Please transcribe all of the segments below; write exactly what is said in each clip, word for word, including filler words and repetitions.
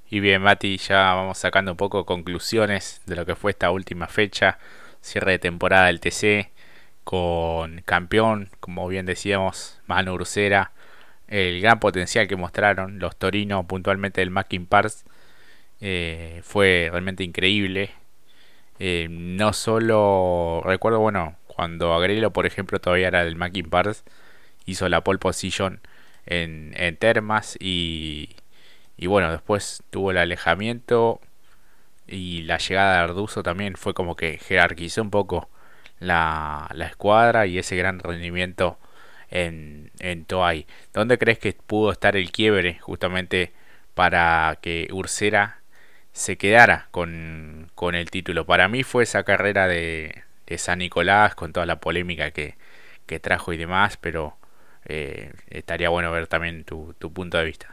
Y bien, Mati, ya vamos sacando un poco conclusiones de lo que fue esta última fecha, cierre de temporada del T C, con campeón, como bien decíamos, Manu Ursera, el gran potencial que mostraron los Torino, puntualmente el Mackin Pars, eh, fue realmente increíble. Eh, no solo recuerdo, bueno, cuando Agrelo, por ejemplo, todavía era del Mackin Pars, hizo la pole position en, en Termas y, y bueno, después tuvo el alejamiento y la llegada de Arduzo también fue como que jerarquizó un poco la, la escuadra y ese gran rendimiento en, en Toay. ¿Dónde crees que pudo estar el quiebre justamente para que Ursera se quedara con, con el título? Para mí fue esa carrera de, de San Nicolás con toda la polémica que, que trajo y demás, pero eh, estaría bueno ver también tu, tu punto de vista.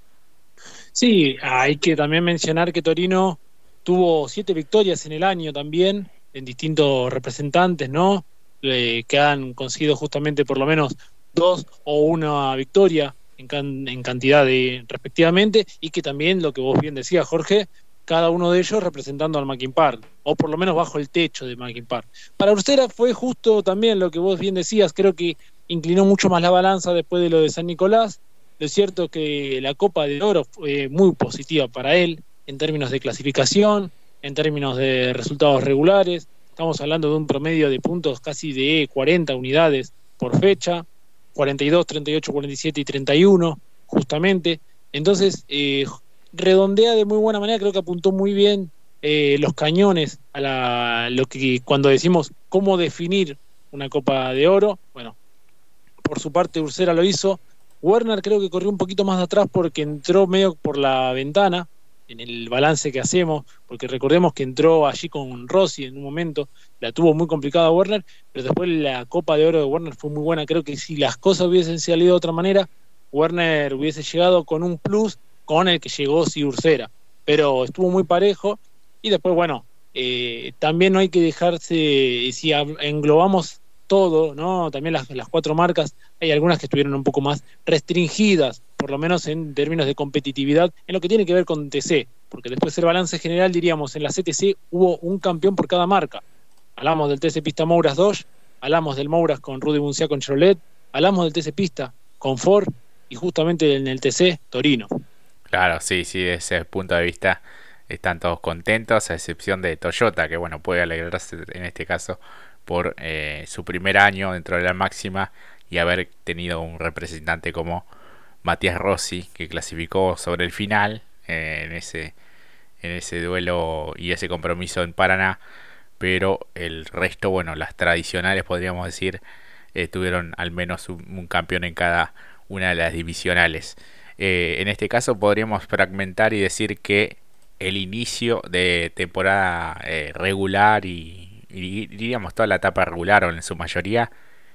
Sí, hay que también mencionar que Torino tuvo siete victorias en el año también, en distintos representantes, ¿no? Eh, que han conseguido justamente por lo menos dos o una victoria en, can- en cantidad de respectivamente, y que también, lo que vos bien decías, Jorge, cada uno de ellos representando al Mackin Park, o por lo menos bajo el techo de Mackin Park. Para Ursera fue justo también lo que vos bien decías, creo que inclinó mucho más la balanza después de lo de San Nicolás. Lo cierto que la Copa de Oro fue muy positiva para él en términos de clasificación, en términos de resultados regulares. Estamos hablando de un promedio de puntos casi de cuarenta unidades por fecha, cuarenta y dos, treinta y ocho, cuarenta y siete y treinta y uno, justamente. Entonces, eh, redondea de muy buena manera, creo que apuntó muy bien eh, los cañones a la, lo que cuando decimos cómo definir una Copa de Oro. Bueno, por su parte Ursera lo hizo. Werner creo que corrió un poquito más de atrás porque entró medio por la ventana en el balance que hacemos, porque recordemos que entró allí con Rossi en un momento, la tuvo muy complicada Werner, pero después la Copa de Oro de Werner fue muy buena. Creo que si las cosas hubiesen salido de otra manera, Werner hubiese llegado con un plus con el que llegó si Ursera, pero estuvo muy parejo. Y después, bueno, eh, también no hay que dejarse, si englobamos todo, ¿no? También las, las cuatro marcas, hay algunas que estuvieron un poco más restringidas, por lo menos en términos de competitividad, en lo que tiene que ver con T C, porque después el balance general, diríamos, en la C T C hubo un campeón por cada marca. Hablamos del T C Pista Mouras Dodge, hablamos del Mouras con Rudy Buncia con Chevrolet, hablamos del T C Pista con Ford y justamente en el T C Torino. Claro, sí, sí, desde ese punto de vista están todos contentos, a excepción de Toyota, que bueno, puede alegrarse en este caso por eh, su primer año dentro de la máxima y haber tenido un representante como Matías Rossi, que clasificó sobre el final eh, en ese en ese duelo y ese compromiso en Paraná, pero el resto, bueno, las tradicionales podríamos decir, eh, tuvieron al menos un, un campeón en cada una de las divisionales. Eh, en este caso podríamos fragmentar y decir que el inicio de temporada eh, regular y, y diríamos toda la etapa regular o en su mayoría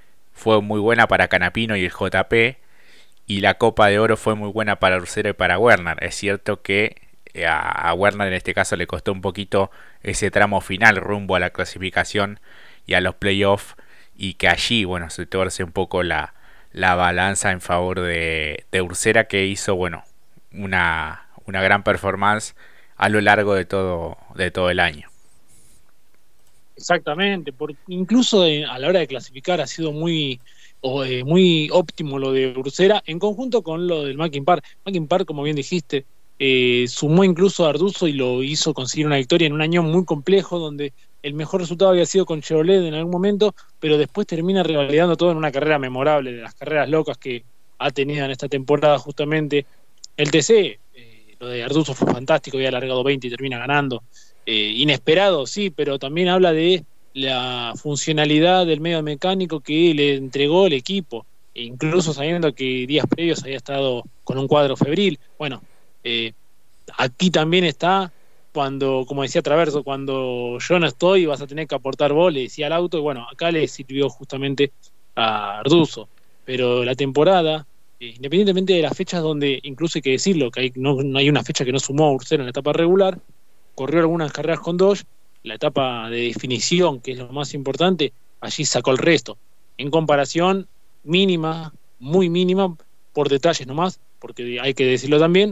fue muy buena para Canapino y el J P, y la Copa de Oro fue muy buena para Ursera y para Werner. Es cierto que eh, a, a Werner en este caso le costó un poquito ese tramo final rumbo a la clasificación y a los playoffs, y que allí, bueno, se torce un poco la, la balanza en favor de, de Ursera, que hizo, bueno, una, una gran performance a lo largo de todo, de todo el año. Exactamente, porque incluso de- a la hora de clasificar ha sido muy, o, eh, muy óptimo lo de Ursera en conjunto con lo del Mackin Park. Mackin Park, como bien dijiste, eh, sumó incluso a Arduzo y lo hizo conseguir una victoria en un año muy complejo donde el mejor resultado había sido con Chevrolet en algún momento, pero después termina revalidando todo en una carrera memorable, de las carreras locas que ha tenido en esta temporada justamente el T C. Eh, lo de Arduzo fue fantástico, había alargado veinte y termina ganando. Eh, inesperado, sí, pero también habla de la funcionalidad del medio mecánico que le entregó el equipo, e incluso sabiendo que días previos había estado con un cuadro febril. Bueno, eh, aquí también está cuando, como decía Traverso, cuando yo no estoy vas a tener que aportar vos, le decía al auto, y bueno, acá le sirvió justamente a Arduzo. Pero la temporada, eh, independientemente de las fechas donde, incluso hay que decirlo, que hay, no, no hay una fecha que no sumó a Ursera en la etapa regular, corrió algunas carreras con Dodge, la etapa de definición, que es lo más importante, allí sacó el resto. En comparación mínima, muy mínima, por detalles nomás, porque hay que decirlo también,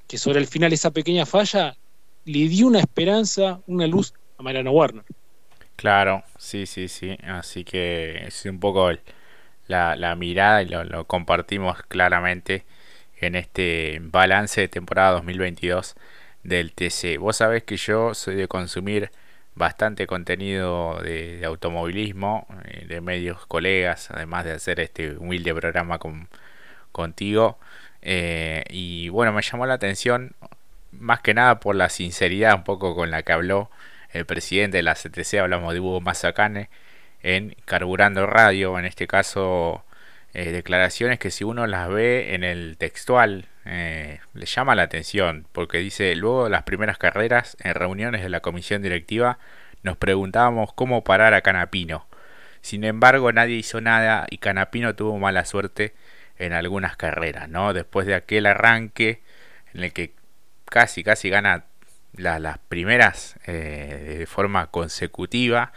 que sobre el final esa pequeña falla le dio una esperanza, una luz a Mariano Werner. Claro, sí, sí, sí. Así que es un poco el- la, la mirada y lo, lo compartimos claramente en este balance de temporada dos mil veintidós del T C. Vos sabés que yo soy de consumir bastante contenido de, de automovilismo, eh, de medios colegas, además de hacer este humilde programa con, contigo. Eh, y bueno, me llamó la atención más que nada por la sinceridad un poco con la que habló el presidente de la C T C. Hablamos de Hugo Mazacane en Carburando Radio, en este caso eh, declaraciones que si uno las ve en el textual eh, le llama la atención, porque dice: luego de las primeras carreras en reuniones de la comisión directiva nos preguntábamos cómo parar a Canapino. Sin embargo, nadie hizo nada y Canapino tuvo mala suerte en algunas carreras, ¿no? Después de aquel arranque en el que casi casi gana la, las primeras eh, de forma consecutiva,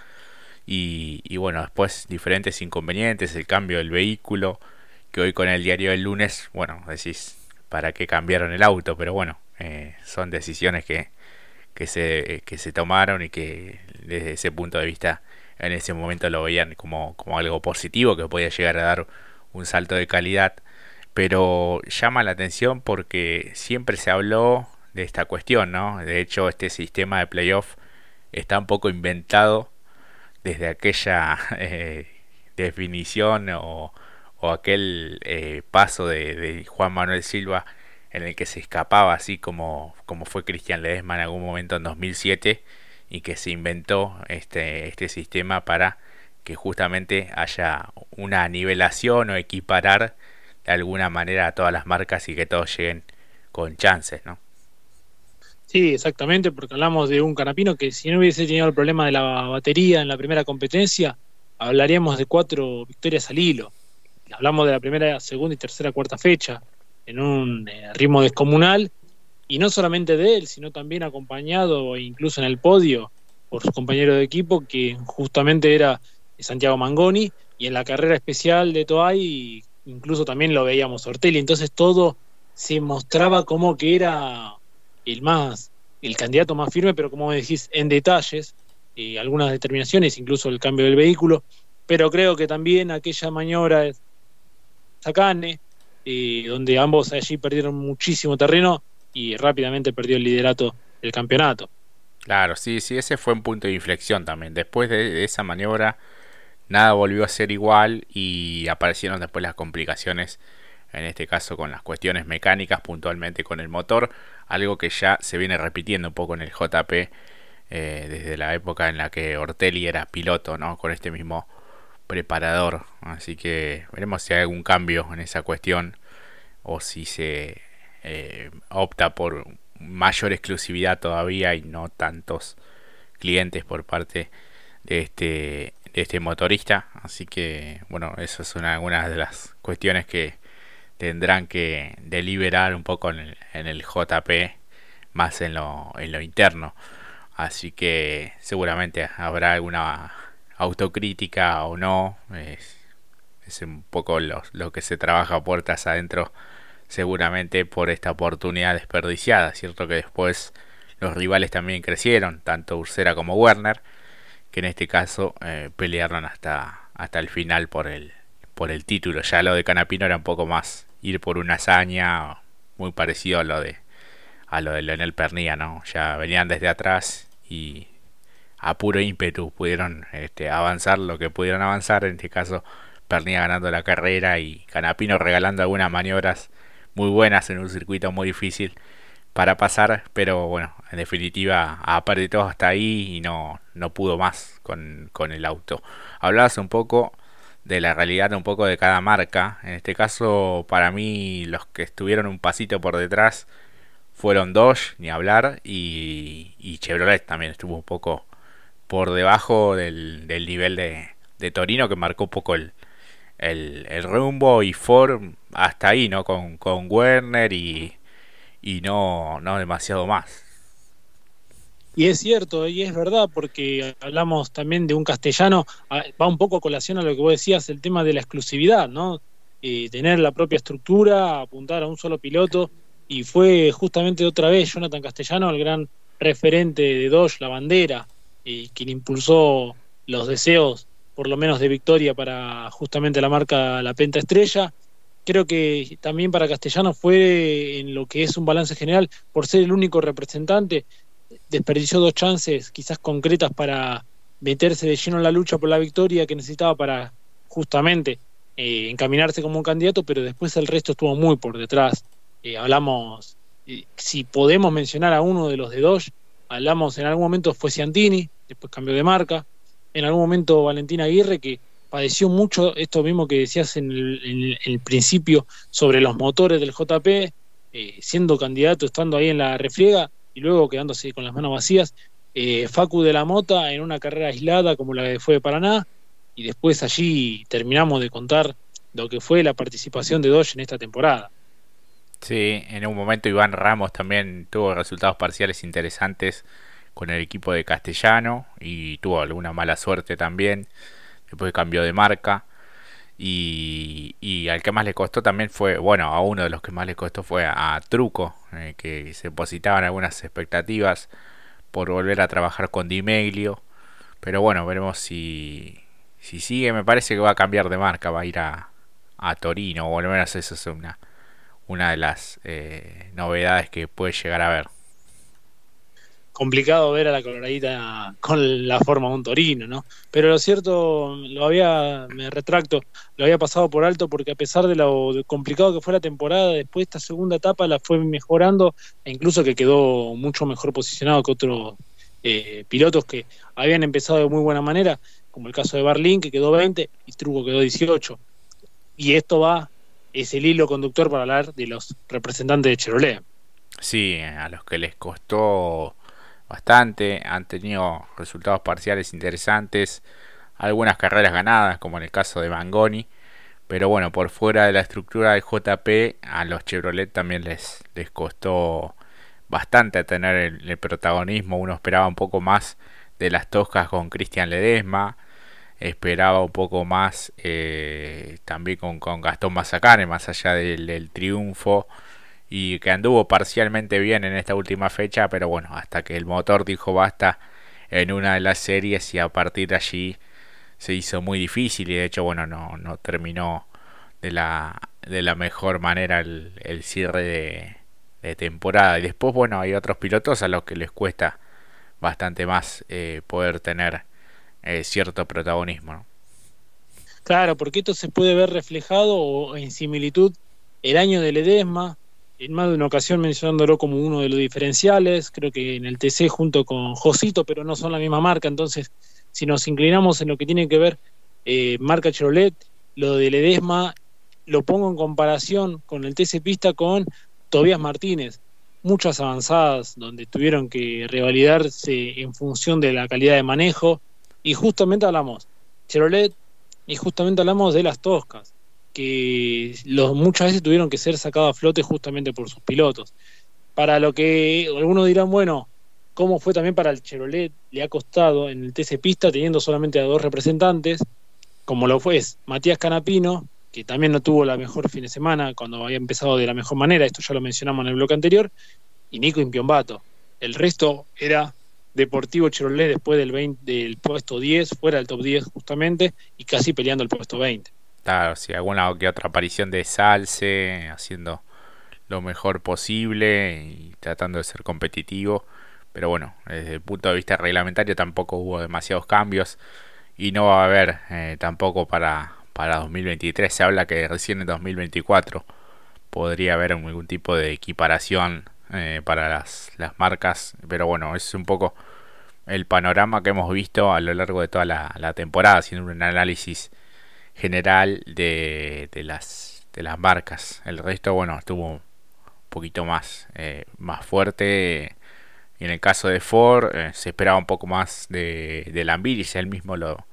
y, y bueno, después diferentes inconvenientes, el cambio del vehículo, que hoy con el diario del lunes, bueno, decís, ¿para qué cambiaron el auto? Pero bueno, eh, son decisiones que, que, se, que se tomaron y que desde ese punto de vista en ese momento lo veían como, como algo positivo que podía llegar a dar un salto de calidad. Pero llama la atención porque siempre se habló de esta cuestión, ¿no? De hecho, este sistema de playoff está un poco inventado desde aquella eh, definición o, o aquel eh, paso de, de Juan Manuel Silva, en el que se escapaba, así como, como fue Cristian Ledesma en algún momento en dos mil siete, y que se inventó este, este sistema para que justamente haya una nivelación o equiparar de alguna manera a todas las marcas y que todos lleguen con chances, ¿no? Sí, exactamente, porque hablamos de un Canapino que si no hubiese tenido el problema de la batería en la primera competencia, hablaríamos de cuatro victorias al hilo. Hablamos de la primera, segunda y tercera, cuarta fecha, en un eh, ritmo descomunal, y no solamente de él, sino también acompañado e incluso en el podio por su compañero de equipo, que justamente era Santiago Mangoni, y en la carrera especial de Toay incluso también lo veíamos Ortelli. Entonces todo se mostraba como que era el más, el candidato más firme, pero como decís, en detalles, eh, algunas determinaciones, incluso el cambio del vehículo, pero creo que también aquella maniobra de Sacane, eh, donde ambos allí perdieron muchísimo terreno y rápidamente perdió el liderato del campeonato. Claro, sí, sí, ese fue un punto de inflexión también. Después de, de esa maniobra, nada volvió a ser igual y aparecieron después las complicaciones, en este caso con las cuestiones mecánicas, puntualmente con el motor, algo que ya se viene repitiendo un poco en el J P eh, desde la época en la que Ortelli era piloto, ¿no? Con este mismo preparador. Así que veremos si hay algún cambio en esa cuestión o si se eh, opta por mayor exclusividad todavía y no tantos clientes por parte de este de este motorista. Así que bueno, esas son algunas de las cuestiones que tendrán que deliberar un poco en el, en el J P, más en lo, en lo interno. Así que seguramente habrá alguna autocrítica o no. Es, es un poco lo, lo que se trabaja a puertas adentro, seguramente por esta oportunidad desperdiciada. Cierto que después los rivales también crecieron, tanto Ursera como Werner, que en este caso eh, pelearon hasta, hasta el final por el, por el título. Ya lo de Canapino era un poco más ir por una hazaña, muy parecido a lo de a lo de Leonel Pernía, ¿no? Ya venían desde atrás y a puro ímpetu pudieron este, avanzar lo que pudieron avanzar. En este caso Pernía ganando la carrera y Canapino regalando algunas maniobras muy buenas en un circuito muy difícil para pasar, pero bueno, en definitiva apretó hasta ahí y no, no pudo más con, con el auto. Hablabas un poco de la realidad un poco de cada marca. En este caso, para mí, los que estuvieron un pasito por detrás fueron Dodge, ni hablar, y, y Chevrolet también estuvo un poco por debajo del, del nivel de, de Torino, que marcó un poco el, el, el rumbo, y Ford hasta ahí, ¿no? Con, con Werner y, y no, no demasiado más. Y es cierto, y es verdad, porque hablamos también de un castellano, va un poco a colación a lo que vos decías, el tema de la exclusividad, ¿no? Eh, tener la propia estructura, apuntar a un solo piloto y fue justamente otra vez Jonathan Castellano, el gran referente de Dodge, la bandera, y quien impulsó los deseos, por lo menos de victoria, para justamente la marca La Penta Estrella. Creo que también para Castellano fue, en lo que es un balance general, por ser el único representante, desperdició dos chances quizás concretas para meterse de lleno en la lucha por la victoria que necesitaba para justamente eh, encaminarse como un candidato, pero después el resto estuvo muy por detrás. Eh, hablamos, eh, si podemos mencionar a uno de los de Dodge, hablamos en algún momento fue Ciantini, después cambió de marca, en algún momento Valentín Aguirre, que padeció mucho esto mismo que decías en el, en el, en el principio sobre los motores del J P, eh, siendo candidato, estando ahí en la refriega y luego quedándose con las manos vacías. eh, Facu de la Mota en una carrera aislada como la que fue de Paraná, y después allí terminamos de contar lo que fue la participación de Dodge en esta temporada. Sí, en un momento Iván Ramos también tuvo resultados parciales interesantes con el equipo de Castellano y tuvo alguna mala suerte también. Después cambió de marca. Y, y al que más le costó también fue, bueno, a uno de los que más le costó fue a, a Truco, eh, que se depositaban algunas expectativas por volver a trabajar con Di Meglio. Pero bueno, veremos si, si sigue. Me parece que va a cambiar de marca, va a ir a, a Torino, o al menos eso es una, una de las eh, novedades que puede llegar a ver. Complicado ver a la coloradita con la forma de un Torino, ¿no? Pero lo cierto, lo había, me retracto, lo había pasado por alto porque a pesar de lo complicado que fue la temporada, después esta segunda etapa la fue mejorando e incluso que quedó mucho mejor posicionado que otros eh, pilotos que habían empezado de muy buena manera, como el caso de Barlín, que quedó veinte y Truco quedó dieciocho. Y esto va, es el hilo conductor para hablar de los representantes de Chevrolet. Sí, a los que les costó bastante, han tenido resultados parciales interesantes, algunas carreras ganadas, como en el caso de Mangoni, pero bueno, por fuera de la estructura del J P, a los Chevrolet también les, les costó bastante tener el, el protagonismo. Uno esperaba un poco más de las Toscas con Cristian Ledesma, esperaba un poco más eh, también con, con Gastón Mazacane, más allá del, del triunfo, y que anduvo parcialmente bien en esta última fecha, pero bueno, hasta que el motor dijo basta en una de las series, y a partir de allí se hizo muy difícil, y de hecho bueno, no, no terminó de la, de la mejor manera el, el cierre de, de temporada. Y después bueno, hay otros pilotos a los que les cuesta bastante más eh, poder tener eh, cierto protagonismo, ¿no? Claro, porque esto se puede ver reflejado o en similitud el año de Ledesma, en más de una ocasión mencionándolo como uno de los diferenciales, creo que en el T C junto con Josito, pero no son la misma marca. Entonces si nos inclinamos en lo que tiene que ver eh, marca Chevrolet, lo de Ledesma lo pongo en comparación con el T C Pista con Tobías Martínez, muchas avanzadas donde tuvieron que revalidarse en función de la calidad de manejo, y justamente hablamos Chevrolet y justamente hablamos de las Toscas, que los, muchas veces tuvieron que ser sacados a flote justamente por sus pilotos. Para lo que algunos dirán, bueno, ¿cómo fue también para el Chevrolet? Le ha costado en el T C Pista, teniendo solamente a dos representantes, como lo fue Matías Canapino, que también no tuvo la mejor fin de semana cuando había empezado de la mejor manera, esto ya lo mencionamos en el bloque anterior, y Nico Impiombato. El resto era Deportivo Chevrolet después del, veinte, del puesto diez, fuera del top diez justamente, y casi peleando el puesto veinte. Claro, sí, alguna que otra aparición de Salce, haciendo lo mejor posible y tratando de ser competitivo. Pero bueno, desde el punto de vista reglamentario tampoco hubo demasiados cambios, y no va a haber eh, tampoco para, para dos mil veintitrés. Se habla que recién en dos mil veinticuatro podría haber algún tipo de equiparación eh, para las, las marcas. Pero bueno, es un poco el panorama que hemos visto a lo largo de toda la, la temporada, haciendo un análisis general de, de las de las marcas. El resto, bueno, estuvo un poquito más eh, más fuerte. Y en el caso de Ford eh, se esperaba un poco más de, de Lambiris. Él mismo lo,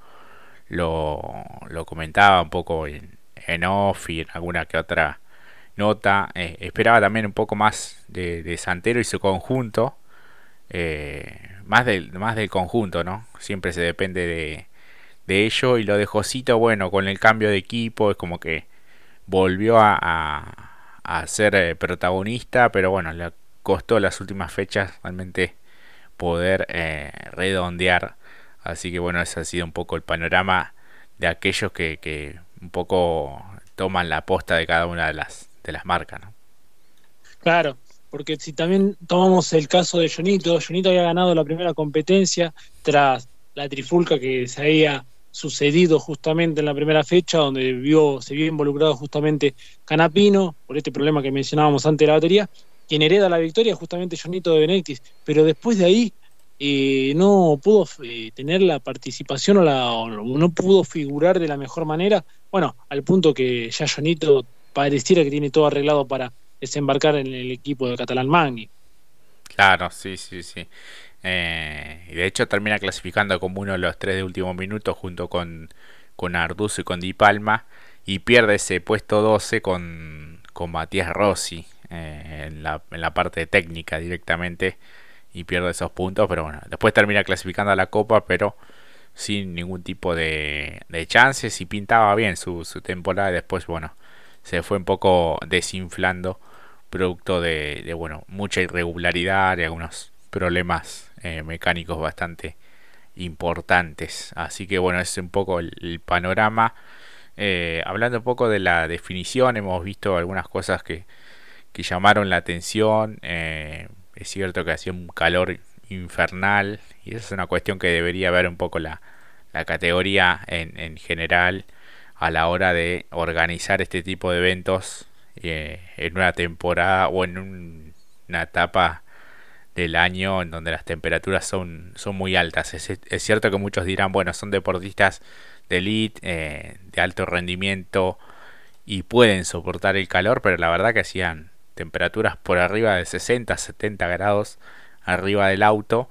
lo, lo comentaba un poco en, en off y en alguna que otra nota. Eh, esperaba también un poco más de, de Santero y su conjunto, eh, más del más del conjunto, ¿no? Siempre se depende de de ello. Y lo de Josito, bueno, con el cambio de equipo es como que volvió a, a, a ser eh, protagonista, pero bueno, le costó las últimas fechas realmente poder eh, redondear. Así que bueno, ese ha sido un poco el panorama de aquellos que, que un poco toman la posta de cada una de las, de las marcas, ¿no? Claro, porque si también tomamos el caso de Jonito, Jonito había ganado la primera competencia tras la trifulca que se había sucedido justamente en la primera fecha, donde vio, se vio involucrado justamente Canapino, por este problema que mencionábamos antes de la batería. Quien hereda la victoria es justamente Jonito de Benedictis, pero después de ahí eh, no pudo eh, tener la participación o, la, o no pudo figurar de la mejor manera, bueno, al punto que ya Jonito pareciera que tiene todo arreglado para desembarcar en el equipo de Catalán Magni. Claro, sí, sí, sí. Eh, y de hecho termina clasificando como uno de los tres de último minuto junto con, con Arduzo y con Di Palma, y pierde ese puesto doce con, con Matías Rossi eh, en, la, en la parte técnica directamente, y pierde esos puntos, pero bueno, después termina clasificando a la Copa, pero sin ningún tipo de, de chances, y pintaba bien su, su temporada. Después, bueno, se fue un poco desinflando producto de, de bueno, mucha irregularidad y algunos problemas eh, mecánicos bastante importantes. Así que bueno, ese es un poco el, el panorama. Eh, hablando un poco de la definición, hemos visto algunas cosas que, que llamaron la atención. Eh, es cierto que hacía un calor infernal, y esa es una cuestión que debería ver un poco la, la categoría en, en general a la hora de organizar este tipo de eventos eh, en una temporada o en un, una etapa del año en donde las temperaturas son, son muy altas. Es, es cierto que muchos dirán, bueno, son deportistas de elite, eh, de alto rendimiento, y pueden soportar el calor, pero la verdad que hacían temperaturas por arriba de sesenta, setenta grados arriba del auto.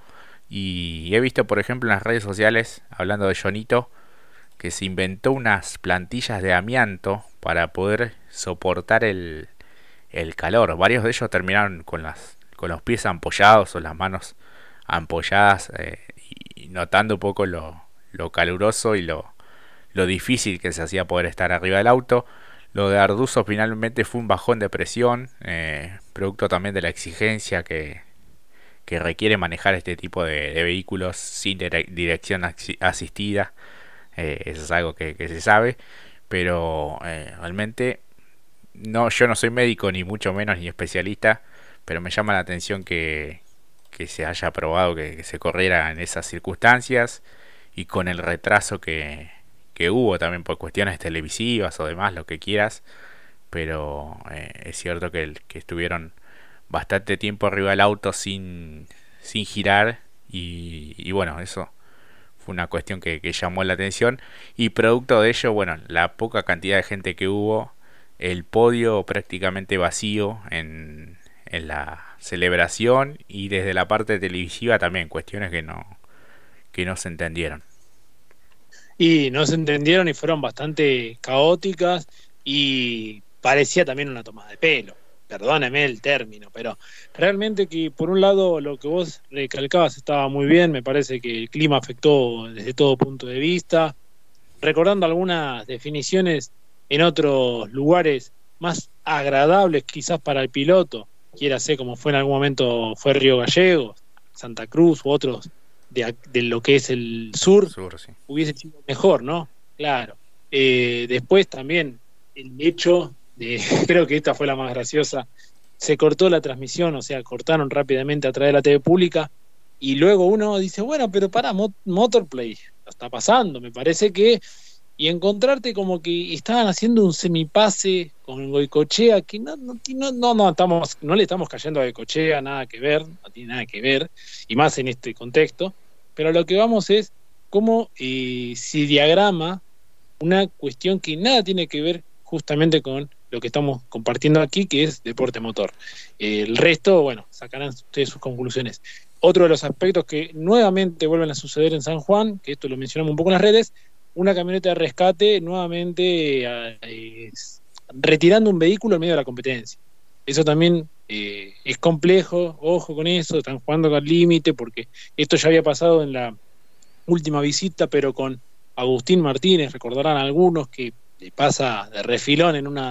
Y he visto, por ejemplo, en las redes sociales, hablando de Jonito, que se inventó unas plantillas de amianto para poder soportar el, el calor. Varios de ellos terminaron con las con los pies ampollados o las manos ampolladas, eh, y notando un poco lo, lo caluroso y lo, lo difícil que se hacía poder estar arriba del auto. Lo de Arduzo finalmente fue un bajón de presión, eh, producto también de la exigencia que, que requiere manejar este tipo de, de vehículos sin dire- dirección asistida. Eh, eso es algo que, que se sabe, pero eh, realmente no, yo no soy médico ni mucho menos ni especialista, pero me llama la atención que, que se haya probado que, que se corriera en esas circunstancias, y con el retraso que, que hubo también por cuestiones televisivas o demás, lo que quieras, pero eh, es cierto que, que estuvieron bastante tiempo arriba del auto sin, sin girar, y, y bueno, eso fue una cuestión que, que llamó la atención, y producto de ello, bueno, la poca cantidad de gente que hubo, el podio prácticamente vacío en, en la celebración, y desde la parte televisiva también cuestiones que no que no se entendieron. Y no se entendieron y fueron bastante caóticas, y parecía también una toma de pelo. Perdóneme el término, pero realmente que por un lado lo que vos recalcabas estaba muy bien. Me parece que el clima afectó desde todo punto de vista, recordando algunas definiciones en otros lugares más agradables quizás para el piloto, quiera ser como fue en algún momento fue Río Gallegos, Santa Cruz u otros de, de lo que es el sur, Sur, sí. hubiese sido mejor, ¿no? Claro. Eh, después también el hecho de, creo que esta fue la más graciosa, se cortó la transmisión, o sea, cortaron rápidamente a través de la T V pública, y luego uno dice, bueno, pero para, Motorplay, lo está pasando, me parece que, y encontrarte como que estaban haciendo un semipase con Goicochea, que no, no, no, no, no, estamos, no le estamos cayendo a Goicochea, nada que ver, no tiene nada que ver, y más en este contexto, pero lo que vamos es cómo eh, se diagrama una cuestión que nada tiene que ver justamente con lo que estamos compartiendo aquí, que es deporte motor. Eh, el resto, bueno, sacarán ustedes sus conclusiones. Otro de los aspectos que nuevamente vuelven a suceder en San Juan, que esto lo mencionamos un poco en las redes, una camioneta de rescate nuevamente eh, retirando un vehículo en medio de la competencia. Eso también eh, es complejo, ojo con eso, están jugando al límite, porque esto ya había pasado en la última visita, pero con Agustín Martínez, recordarán algunos que le pasa de refilón en una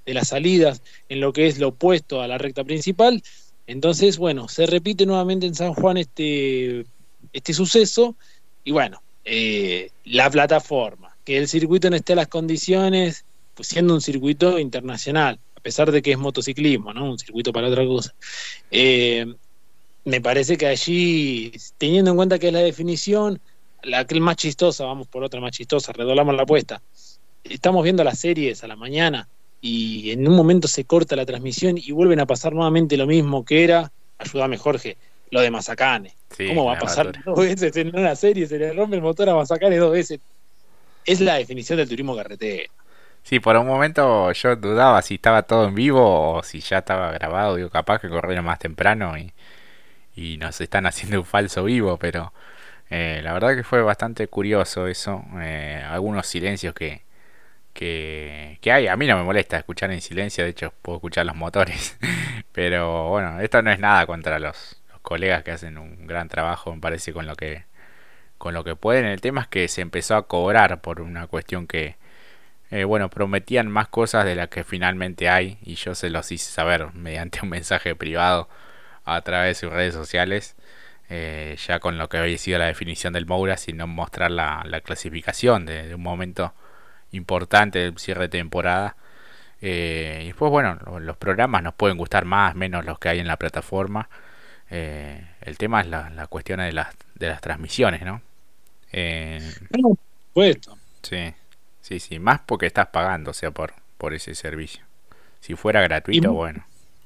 de las salidas, en lo que es lo opuesto a la recta principal. Entonces, bueno, se repite nuevamente en San Juan este, este suceso, y bueno, eh, la plataforma, que el circuito no esté a las condiciones, pues siendo un circuito internacional, a pesar de que es motociclismo, ¿no? Un circuito para otra cosa. Eh, me parece que allí, teniendo en cuenta que es la definición, la que es más chistosa, vamos por otra más chistosa, redoblamos la apuesta. Estamos viendo las series a la mañana y en un momento se corta la transmisión y vuelven a pasar nuevamente lo mismo que era, ayúdame Jorge, lo de Mazacane. Sí, ¿Cómo va a pasar dos veces en una serie? Se le rompe el motor a Mazacane dos veces. Es la definición del turismo carretera. Sí, por un momento yo dudaba si estaba todo en vivo o si ya estaba grabado. Digo, capaz que corrieron más temprano y, y nos están haciendo un falso vivo, pero eh, la verdad que fue bastante curioso eso. Eh, algunos silencios que, que, que hay. A mí no me molesta escuchar en silencio, de hecho puedo escuchar los motores. Pero bueno, esto no es nada contra los, los colegas que hacen un gran trabajo, me parece, con lo que con lo que pueden. El tema es que se empezó a cobrar por una cuestión que, eh, bueno, prometían más cosas de las que finalmente hay, y yo se los hice saber mediante un mensaje privado a través de sus redes sociales, eh, ya con lo que había sido la definición del Moura, sino mostrar la, la clasificación de, de un momento importante del cierre de temporada. Eh, y después, bueno, los programas nos pueden gustar más, menos los que hay en la plataforma. Eh, el tema es la, la cuestión de las, de las transmisiones, ¿no? Eh, No, por supuesto. sí, sí, sí, más porque estás pagando, o sea, por, por ese servicio. Si fuera Y, gratuito, bueno.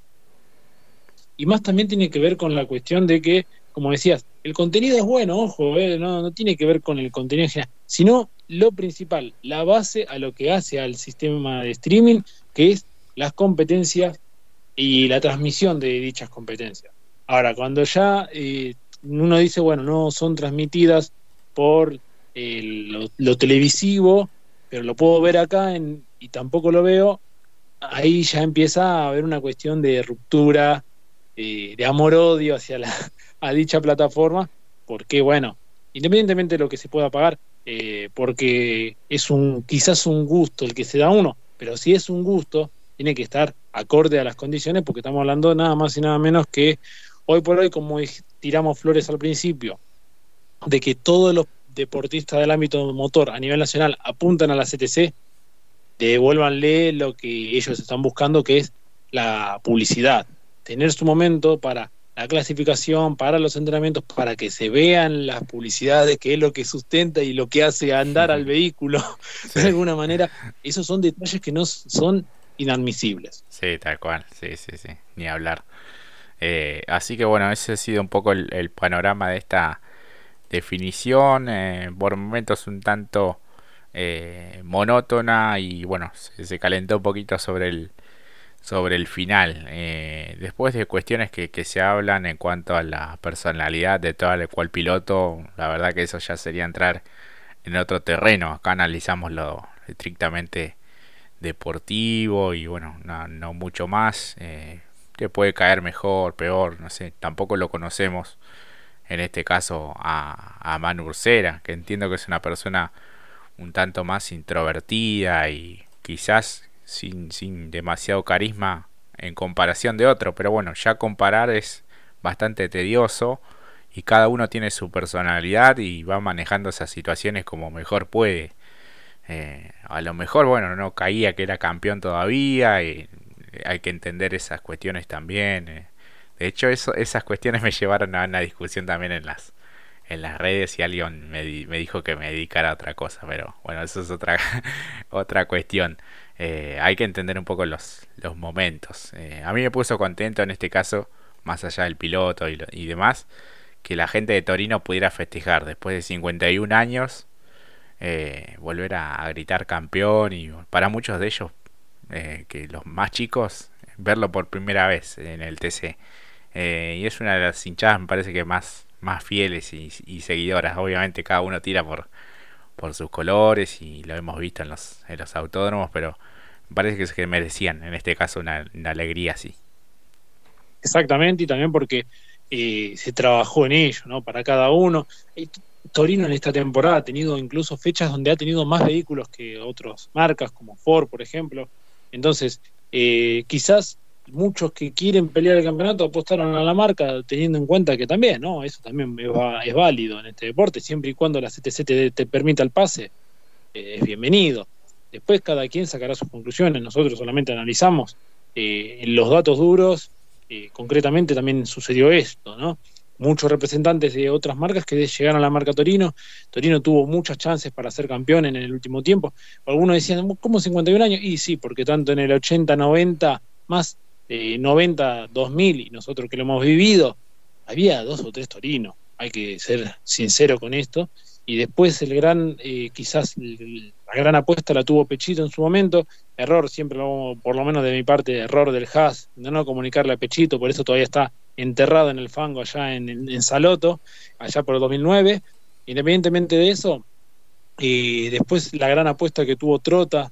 y más también tiene que ver con la cuestión de que, como decías, el contenido es bueno, ojo, eh, no, no tiene que ver con el contenido en general, sino lo principal, la base a lo que hace al sistema de streaming, que es las competencias y la transmisión de dichas competencias. Ahora, cuando ya eh, uno dice, bueno, no son transmitidas por eh, lo, lo televisivo, pero lo puedo ver acá en, y tampoco lo veo, ahí ya empieza a haber una cuestión de ruptura, eh, de amor-odio hacia la, a dicha plataforma, porque bueno, independientemente de lo que se pueda pagar, eh, porque es un quizás un gusto el que se da uno, pero si es un gusto, tiene que estar acorde a las condiciones, porque estamos hablando de nada más y nada menos que hoy por hoy, como tiramos flores al principio, de que todos los deportistas del ámbito motor a nivel nacional apuntan a la C T C, devuélvanle lo que ellos están buscando, que es la publicidad, tener su momento para la clasificación, para los entrenamientos, para que se vean las publicidades, que es lo que sustenta y lo que hace andar al vehículo, Sí. de alguna manera. Esos son detalles que no son inadmisibles. Sí, tal cual, sí, sí, sí, ni hablar. Eh, así que bueno, ese ha sido un poco el, el panorama de esta definición, eh, por momentos un tanto eh, monótona, y bueno, se, se calentó un poquito sobre el sobre el final. Eh, después de cuestiones que, que se hablan en cuanto a la personalidad de todo el cual piloto, la verdad que eso ya sería entrar en otro terreno. Acá analizamos lo estrictamente deportivo y bueno, no, no mucho más. Eh, te puede caer mejor, peor, no sé, tampoco lo conocemos en este caso a, a Manu Ursera, que entiendo que es una persona un tanto más introvertida y quizás sin, sin demasiado carisma en comparación de otro, pero bueno, ya comparar es bastante tedioso y cada uno tiene su personalidad y va manejando esas situaciones como mejor puede. Eh, a lo mejor, bueno, no caía que era campeón todavía y hay que entender esas cuestiones también. Eh. De hecho, eso, esas cuestiones me llevaron a una discusión también en las en las redes y alguien me, di, me dijo que me dedicara a otra cosa, pero bueno, eso es otra otra cuestión. Eh, hay que entender un poco los, los momentos. Eh, a mí me puso contento en este caso, más allá del piloto y, lo, y demás, que la gente de Torino pudiera festejar después de cincuenta y un años, eh, volver a, a gritar campeón, y para muchos de ellos, eh, que los más chicos, verlo por primera vez en el T C. Eh, y es una de las hinchadas, me parece que más, más fieles y, y seguidoras. Obviamente cada uno tira por, por sus colores y lo hemos visto en los, en los autódromos, pero me parece que es que merecían en este caso una, una alegría así. Exactamente, y también porque eh, se trabajó en ello, ¿no? Para cada uno. Y Torino en esta temporada ha tenido incluso fechas donde ha tenido más vehículos que otras marcas, como Ford, por ejemplo. Entonces, Eh, quizás muchos que quieren pelear el campeonato apostaron a la marca teniendo en cuenta que también, ¿no? Eso también es, va- es válido en este deporte, siempre y cuando la C T C te, te permita el pase, eh, es bienvenido. Después cada quien sacará sus conclusiones, nosotros solamente analizamos eh, en los datos duros, eh, concretamente también sucedió esto, ¿no? Muchos representantes de otras marcas que llegaron a la marca Torino. Torino tuvo muchas chances para ser campeón en el último tiempo. Algunos decían, ¿cómo cincuenta y un años? Y sí, porque tanto en el ochenta, noventa, más eh, noventa, dos mil, y nosotros que lo hemos vivido, había dos o tres Torinos. Hay que ser sincero con esto. Y después el gran, eh, quizás el- la gran apuesta la tuvo Pechito en su momento. Error, siempre, lo- por lo menos de mi parte, error del Haas, de no comunicarle a Pechito, por eso todavía está enterrado en el fango allá en, en, en Saloto, allá por el dos mil nueve. Independientemente de eso, eh, después la gran apuesta que tuvo Trota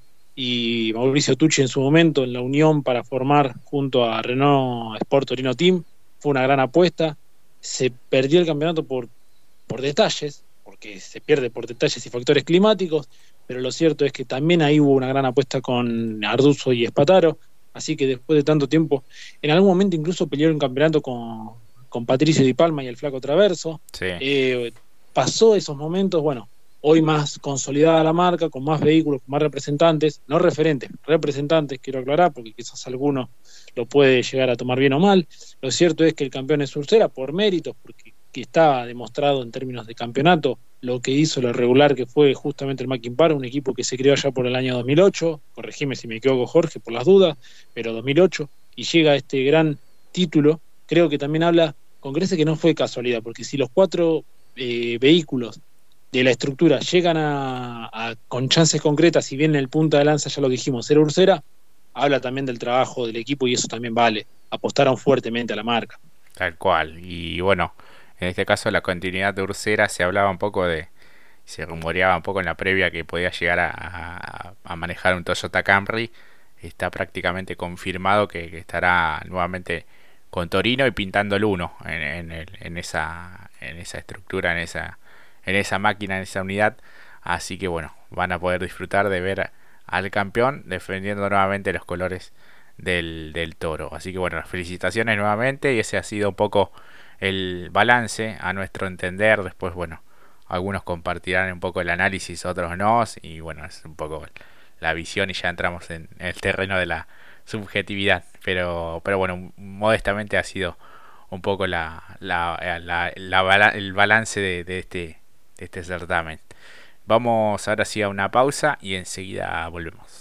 y Mauricio Tucci en su momento en la unión para formar junto a Renault Sport Torino Team, fue una gran apuesta. Se perdió el campeonato por, por detalles, porque se pierde por detalles y factores climáticos, pero lo cierto es que también ahí hubo una gran apuesta con Arduzo y Espataro, así que después de tanto tiempo, en algún momento incluso pelearon un campeonato con, con Patricio Di Palma y el Flaco Traverso. Sí, Eh, pasó esos momentos, bueno, hoy más consolidada la marca, con más vehículos, con más representantes, no referentes, representantes, quiero aclarar, porque quizás alguno lo puede llegar a tomar bien o mal. Lo cierto es que el campeón es Ursera por méritos, porque que está demostrado en términos de campeonato lo que hizo, lo regular que fue justamente el Mackin Par, un equipo que se creó allá por el año dos mil ocho, corregime si me equivoco Jorge por las dudas, pero dos mil ocho, y llega a este gran título. Creo que también habla con creces que no fue casualidad, porque si los cuatro eh, vehículos de la estructura llegan a, a, con chances concretas, si bien en el punta de lanza ya lo dijimos, era Ursera, habla también del trabajo del equipo y eso también vale. Apostaron fuertemente a la marca. tal cual. Y bueno, en este caso la continuidad de Ursera se hablaba un poco de, se rumoreaba un poco en la previa que podía llegar a, a- a manejar un Toyota Camry. Está prácticamente confirmado que, que estará nuevamente con Torino y pintando el uno en, en, el- en esa, en esa estructura, en esa, en esa máquina, en esa unidad. Así que bueno, van a poder disfrutar de ver al campeón defendiendo nuevamente los colores del, del toro. Así que bueno, las felicitaciones nuevamente y ese ha sido un poco el balance a nuestro entender. Después, bueno, algunos compartirán un poco el análisis, otros no. Y bueno, es un poco la visión y ya entramos en el terreno de la subjetividad. Pero, pero bueno, modestamente ha sido un poco la, la, la, la el balance de, de, este, de este certamen. Vamos ahora sí a una pausa y enseguida volvemos.